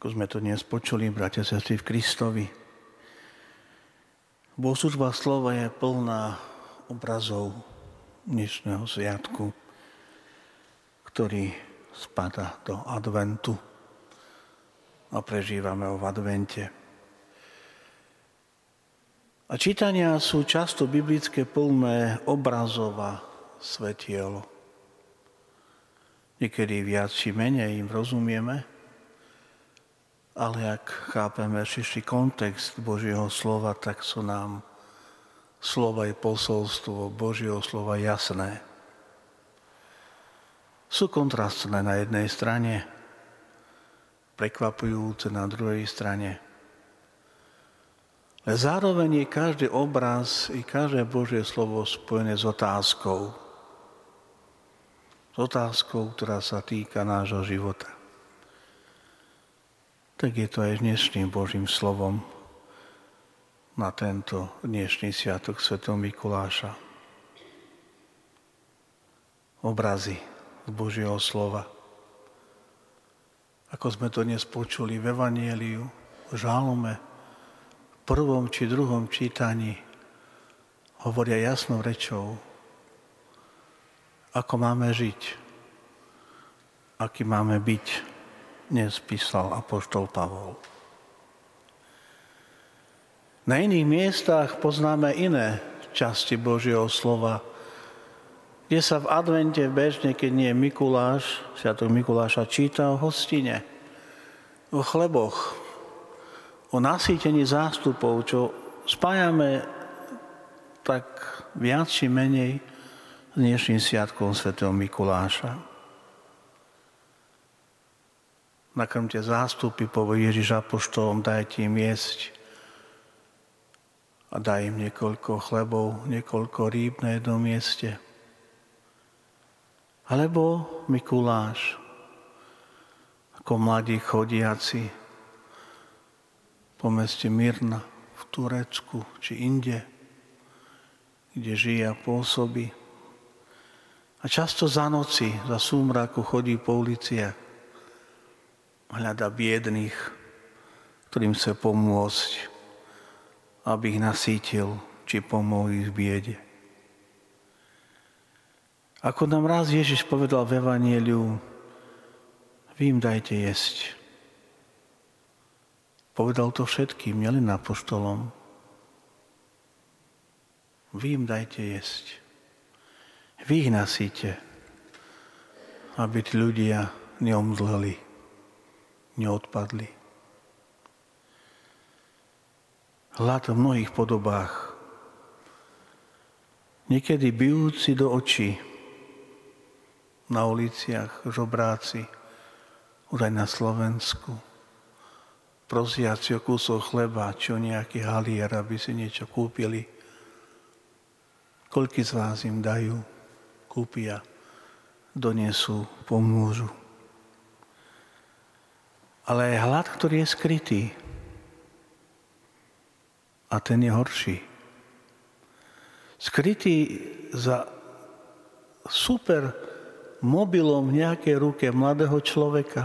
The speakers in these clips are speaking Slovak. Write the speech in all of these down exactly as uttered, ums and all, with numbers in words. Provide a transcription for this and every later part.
Ako sme to dnes počuli, bratia a sestry v Kristovi. Bohoslužba slova je plná obrazov dnešného sviatku, ktorý spadá do adventu a prežívame ho v advente. A čítania sú často biblické plné obrazov a svetiel. Niekedy viac či menej im rozumieme, ale ak chápeme širší kontext Božieho slova, tak sú nám slova i posolstvo Božieho slova jasné. Sú kontrastné na jednej strane, prekvapujúce na druhej strane. Ale zároveň je každý obraz i každé Božie slovo spojené s otázkou. S otázkou, ktorá sa týka nášho života. Tak je to aj dnešným Božím slovom na tento dnešný sviatok svätého Mikuláša. Obrazy z Božieho slova. Ako sme to dnes počuli v Evanjeliu, v Žalme, v prvom či druhom čítaní, hovoria jasnou rečou, ako máme žiť, aký máme byť. Dnes písal apoštol Pavol. Na iných miestach poznáme iné časti Božieho slova, kde sa v advente bežne, keď nie je Mikuláš, sviatok Mikuláša, číta o hostine, o chleboch, o nasýtení zástupov, čo spájame tak viac či menej s dnešným sviatkom svätého Mikuláša. Nakrmte zástupy, povie Ježiš apoštolom, dajte im jesť. A daj im niekoľko chlebov, niekoľko rýb na jednom mieste. Alebo Mikuláš, ako mladí chodiaci po meste Myrna v Turecku či inde, kde žije a pôsobí. A často za noci, za súmraku chodí po uliciach. Hľada biedných, ktorým chce pomôcť, aby ich nasýtil, či pomohol ich v biede. Ako nám raz Ježiš povedal v Evanjeliu, vy im dajte jesť. Povedal to všetkým, nielen apoštolom. Vy im dajte jesť. Vy ich nasýte, aby tí ľudia neomdleli, neodpadli. Hlad v mnohých podobách. Niekedy bijúci do očí na uliciach, žobráci, už aj na Slovensku, prosiaci o kúsok chleba, či o nejaký halier, aby si niečo kúpili. Koľký z vás im dajú, kúpia, donesú, pomôžu. Ale aj hlad, ktorý je skrytý. A ten je horší. Skrytý za super mobilom v nejakej ruke mladého človeka.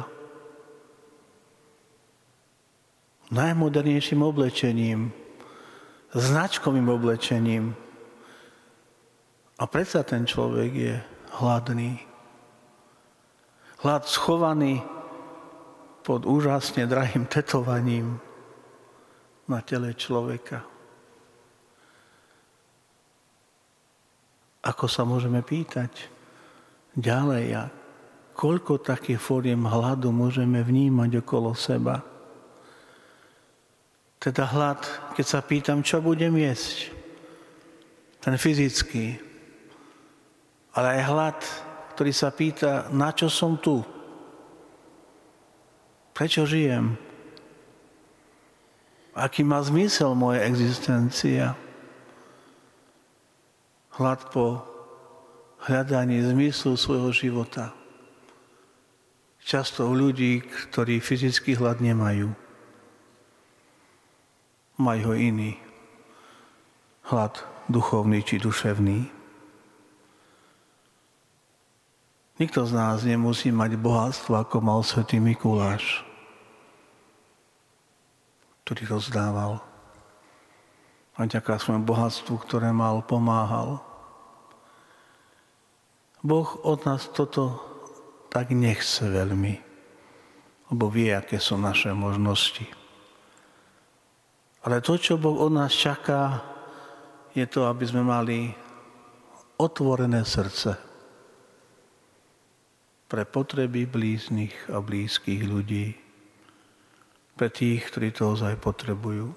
Najmodernejším oblečením, značkovým oblečením. A predsa ten človek je hladný. Hlad schovaný pod úžasne drahým tetovaním na tele človeka. Ako sa môžeme pýtať ďalej, a koľko takých fóriem hladu môžeme vnímať okolo seba? Teda hlad, keď sa pýtam, čo budem jesť, ten fyzický, ale aj hlad, ktorý sa pýta, na čo som tu? Prečo žijem? Aký má zmysel moja existencia? Hlad po hľadaní zmyslu svojho života. Často u ľudí, ktorí fyzický hlad nemajú. Majú ho iný. Hlad duchovný či duševný. Nikto z nás nemusí mať bohatstvo, ako mal svätý Mikuláš. ktorý rozdával. A vďaka svojmu bohatstvu, ktoré mal, pomáhal. Boh od nás toto tak nechce veľmi, lebo vie, aké sú naše možnosti. Ale to, čo Boh od nás čaká, je to, aby sme mali otvorené srdce pre potreby blíznych a blízkych ľudí, pre tých, ktorí to ozaj potrebujú.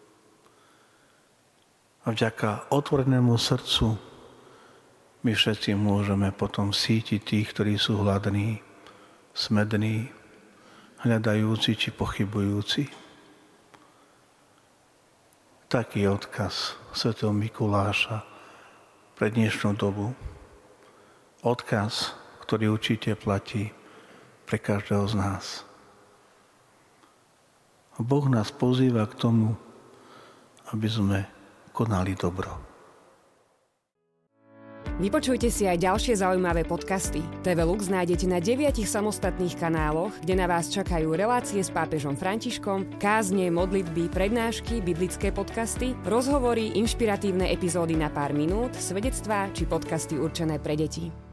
A vďaka otvorenému srdcu my všetci môžeme potom sítiť tých, ktorí sú hladní, smední, hľadajúci či pochybujúci. Taký odkaz svätého Mikuláša pre dnešnú dobu. Odkaz, ktorý určite platí pre každého z nás. Boh nás pozýva k tomu, aby sme konali dobro. Vypočujte si aj ďalšie zaujímavé podcasty. té vé Lux nájdete na deviatich samostatných kanáloch, kde na vás čakajú relácie s pápežom Františkom, kázne, modlitby, prednášky, biblické podcasty, rozhovory, inšpiratívne epizódy na pár minút, svedectvá či podcasty určené pre deti.